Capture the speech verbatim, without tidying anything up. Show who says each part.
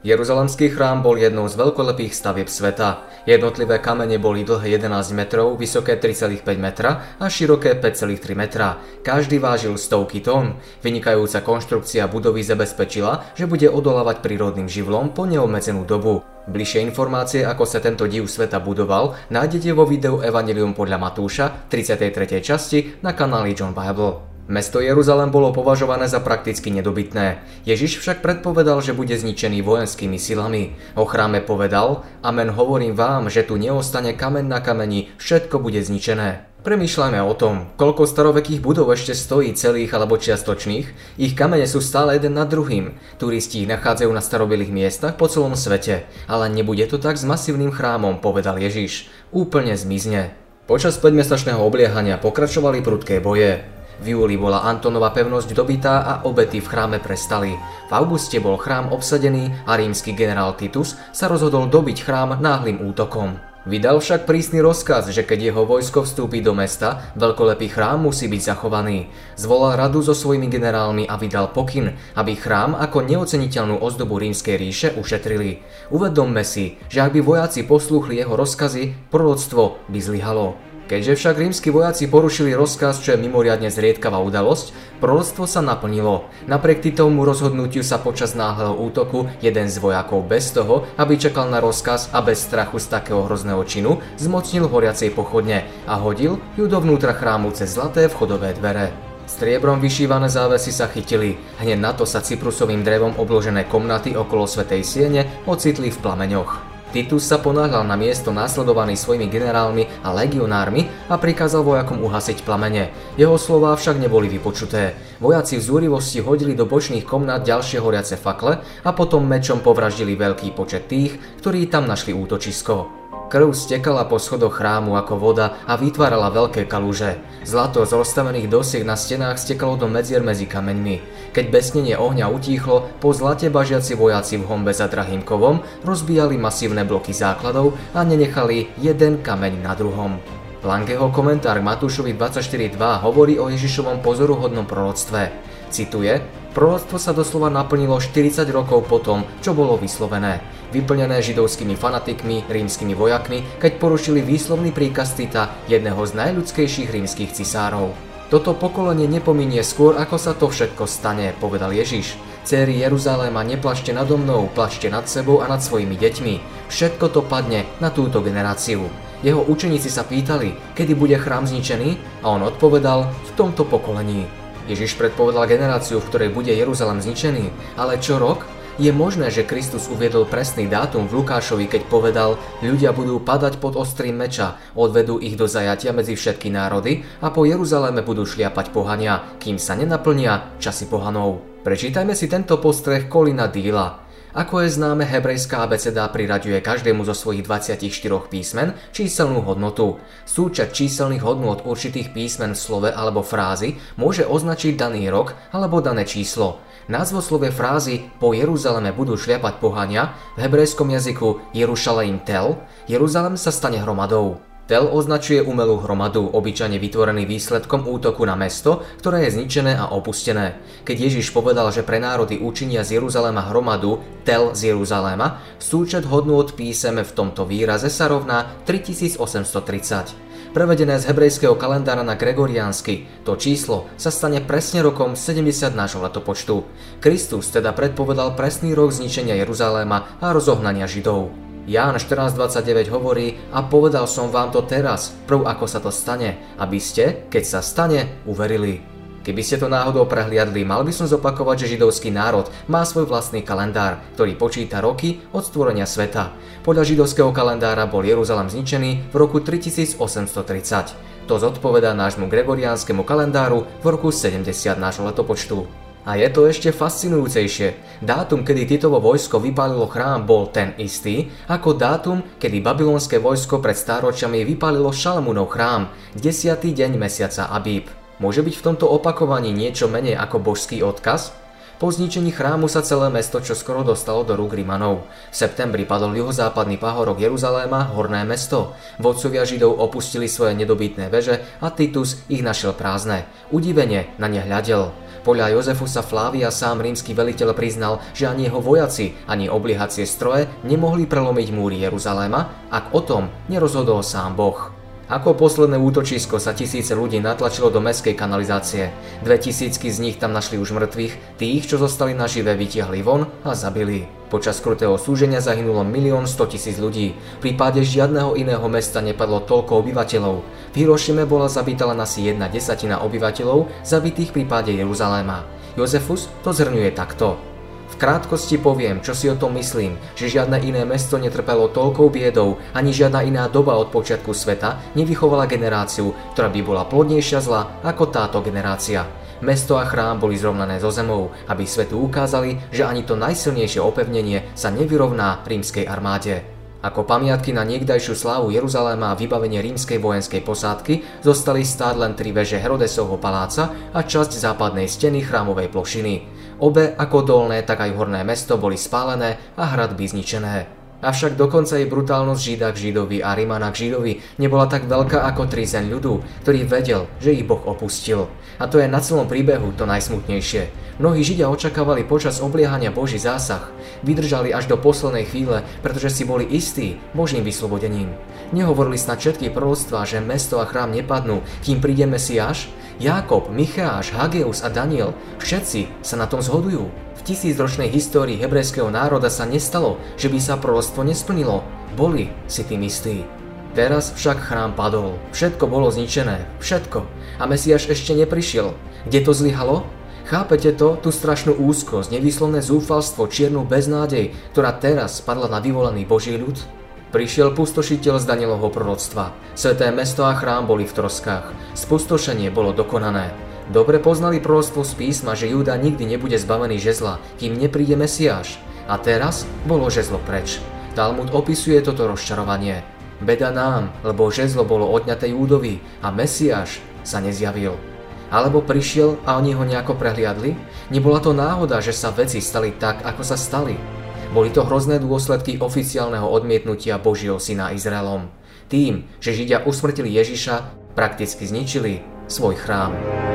Speaker 1: Jeruzalemský chrám bol jednou z veľkolepých stavieb sveta. Jednotlivé kamene boli dlhé jedenásť metrov, vysoké tri celé päť metra a široké päť celé tri metra. Každý vážil stovky tón. Vynikajúca konštrukcia budovy zabezpečila, že bude odolávať prírodným živlom po neobmedzenú dobu. Bližšie informácie, ako sa tento div sveta budoval, nájdete vo videu Evangelium podľa Matúša tridsiatej tretej časti na kanáli John Bible. Mesto Jeruzalém bolo považované za prakticky nedobytné. Ježiš však predpovedal, že bude zničený vojenskými silami. O chráme povedal: Amen, hovorím vám, že tu neostane kameň na kameni, všetko bude zničené. Premýšľajme o tom, koľko starovekých budov ešte stojí celých alebo čiastočných. Ich kamene sú stále jeden nad druhým. Turisti ich nachádzajú na starobilých miestach po celom svete. Ale nebude to tak s masívnym chrámom, povedal Ježiš. Úplne zmizne. Počas päťmesačného obliehania pokračovali prudké boje. V júli bola Antonova pevnosť dobytá a obety v chráme prestali. V auguste bol chrám obsadený a rímsky generál Titus sa rozhodol dobiť chrám náhlym útokom. Vydal však prísny rozkaz, že keď jeho vojsko vstúpi do mesta, veľkolepý chrám musí byť zachovaný. Zvolal radu so svojimi generálmi a vydal pokyn, aby chrám ako neoceniteľnú ozdobu rímskej ríše ušetrili. Uvedomme si, že ak by vojaci poslúchli jeho rozkazy, proroctvo by zlyhalo. Keďže však rímski vojaci porušili rozkaz, čo je mimoriadne zriedkavá udalosť, proroctvo sa naplnilo. Napriek Titovmu rozhodnutiu sa počas náhleho útoku jeden z vojakov bez toho, aby čakal na rozkaz a bez strachu z takého hrozného činu, zmocnil horiacej pochodne a hodil ju dovnútra chrámu cez zlaté vchodové dvere. Striebrom vyšívané závesy sa chytili, hneď na to sa cyprusovým drevom obložené komnaty okolo svätej siene ocitli v plameňoch. Titus sa ponáhľal na miesto následovaný svojimi generálmi a legionármi a prikázal vojakom uhasiť plamene. Jeho slová však neboli vypočuté. Vojaci v zúrivosti hodili do bočných komnát ďalšie horiace fakle a potom mečom povraždili veľký počet tých, ktorí tam našli útočisko. Krv stekala po schodoch chrámu ako voda a vytvárala veľké kaluže. Zlato z rozstavených dosiek na stenách stekalo do medzier medzi kameňmi. Keď besnenie ohňa utíchlo, po zlate bažiaci vojaci v honbe za drahým kovom rozbíjali masívne bloky základov a nenechali jeden kameň na druhom. Langeho komentár k Matúšovi dvadsaťštyri dva hovorí o Ježišovom pozoruhodnom proroctve. Cituje: Proroctvo sa doslova naplnilo štyridsať rokov po tom, čo bolo vyslovené. Vyplnené židovskými fanatikmi, rímskymi vojakmi, keď porušili výslovný príkaz Tita, jedného z najľudskejších rímskych cisárov. Toto pokolenie nepominie skôr, ako sa to všetko stane, povedal Ježiš. Céry Jeruzaléma, neplačte nado mnou, plačte nad sebou a nad svojimi deťmi. Všetko to padne na túto generáciu. Jeho učeníci sa pýtali, kedy bude chrám zničený, a on odpovedal: v tomto pokolení. Ježiš predpovedal generáciu, v ktorej bude Jeruzalém zničený, ale čo rok? Je možné, že Kristus uviedol presný dátum v Lukášovi, keď povedal: ľudia budú padať pod ostrým meča, odvedú ich do zajatia medzi všetky národy a po Jeruzaléme budú šliapať pohania, kým sa nenaplnia časy pohanov. Prečítajme si tento postreh Colina Deala. Ako je známe, hebrejská abeceda priraďuje každému zo svojich dvadsiatich štyroch písmen číselnú hodnotu. Súčet číselných hodnôt určitých písmen v slove alebo frázi môže označiť daný rok alebo dané číslo. Názvoslovie frázy po Jeruzaleme budú šliapať pohania v hebrejskom jazyku Jerušalém tel, Jeruzalém sa stane hromadou. Tel označuje umelú hromadu, obyčajne vytvorený výsledkom útoku na mesto, ktoré je zničené a opustené. Keď Ježiš povedal, že pre národy učinia z Jeruzaléma hromadu, tel z Jeruzaléma, súčet hodnôt písem v tomto výraze sa rovná tritisícosemstotridsať. Prevedené z hebrejského kalendára na gregoriánsky, to číslo sa stane presne rokom sedemdesiat nášho letopočtu. Kristus teda predpovedal presný rok zničenia Jeruzaléma a rozohnania Židov. Ján štrnásť dvadsaťdeväť hovorí: a povedal som vám to teraz, prv ako sa to stane, aby ste, keď sa stane, uverili. Keby ste to náhodou prehliadli, mal by som zopakovať, že židovský národ má svoj vlastný kalendár, ktorý počíta roky od stvorenia sveta. Podľa židovského kalendára bol Jeruzalém zničený v roku tritisícosemstotridsať. To zodpovedá nášmu gregoriánskemu kalendáru v roku sedemdesiat nášho letopočtu. A je to ešte fascinujúcejšie. Dátum, kedy Titovo vojsko vypálilo chrám, bol ten istý ako dátum, kedy babylonské vojsko pred stáročiami vypálilo Šalamúnov chrám, desiaty deň mesiaca Abíb. Môže byť v tomto opakovaní niečo menej ako božský odkaz? Po zničení chrámu sa celé mesto čoskoro dostalo do rúk Rimanov. V septembri padol juhozápadný pahorok Jeruzaléma, horné mesto. Vodcovia Židov opustili svoje nedobytné veže a Titus ich našiel prázdne. Udivene na ne hľadel. Podľa Josefusa Flávia sám rímsky veliteľ priznal, že ani jeho vojaci, ani obliehacie stroje nemohli prelomiť múry Jeruzaléma, ak o tom nerozhodol sám Boh. Ako posledné útočisko sa tisíce ľudí natlačilo do mestskej kanalizácie. Dve tisícky z nich tam našli už mŕtvych, tých, čo zostali nažive, vytiahli von a zabili. Počas krutého súženia zahynulo milión stotisíc ľudí. V prípade žiadneho iného mesta nepadlo toľko obyvateľov. V Hirošime bola zabitá len asi jedna desatina obyvateľov zabitých v prípade Jeruzaléma. Jozefus to zhrňuje takto. V krátkosti poviem, čo si o tom myslím, že žiadne iné mesto netrpelo toľkou biedou, ani žiadna iná doba od počiatku sveta nevychovala generáciu, ktorá by bola plodnejšia zla ako táto generácia. Mesto a chrám boli zrovnané so zemou, aby svetu ukázali, že ani to najsilnejšie opevnenie sa nevyrovná rímskej armáde. Ako pamiatky na niekdajšiu slávu Jeruzaléma a vybavenie rímskej vojenskej posádky zostali stáť len tri veže Herodesovho paláca a časť západnej steny chrámovej plošiny. Obe, ako dolné, tak aj horné mesto boli spálené a hradby zničené. Avšak dokonca jej brutálnosť Žida k Židovi a Rimana k Židovi nebola tak veľká ako trízeň ľudu, ktorý vedel, že ich Boh opustil. A to je na celom príbehu to najsmutnejšie. Mnohí Židia očakávali počas obliehania Boží zásah. Vydržali až do poslednej chvíle, pretože si boli istí Božím vyslobodením. Nehovorili snad všetky proroctvá, že mesto a chrám nepadnú, kým príde Mesiáš? Jákob, Micháš, Hageus a Daniel, všetci sa na tom zhodujú. V tisícročnej histórii hebrejského národa sa nestalo, že by sa proroctvo nesplnilo. Boli si tým istí. Teraz však chrám padol. Všetko bolo zničené. Všetko. A Mesiáš ešte neprišiel. Kde to zlyhalo? Chápete to? Tú strašnú úzkosť, nevýslovné zúfalstvo, čiernu beznádej, ktorá teraz spadla na vyvolený Boží ľud? Prišiel pustošiteľ z Danielovho proroctva. Sveté mesto a chrám boli v troskách. Spustošenie bolo dokonané. Dobre poznali proroctvo z písma, že Júda nikdy nebude zbavený žezla, kým nepríde Mesiáš. A teraz bolo žezlo preč. Talmud opisuje toto rozčarovanie. Beda nám, lebo žezlo bolo odňaté Júdovi a Mesiáš sa nezjavil. Alebo prišiel a oni ho nejako prehliadli? Nebola to náhoda, že sa veci stali tak, ako sa stali. Boli to hrozné dôsledky oficiálneho odmietnutia Božieho syna Izraelom. Tým, že Židia usmrtili Ježiša, prakticky zničili svoj chrám.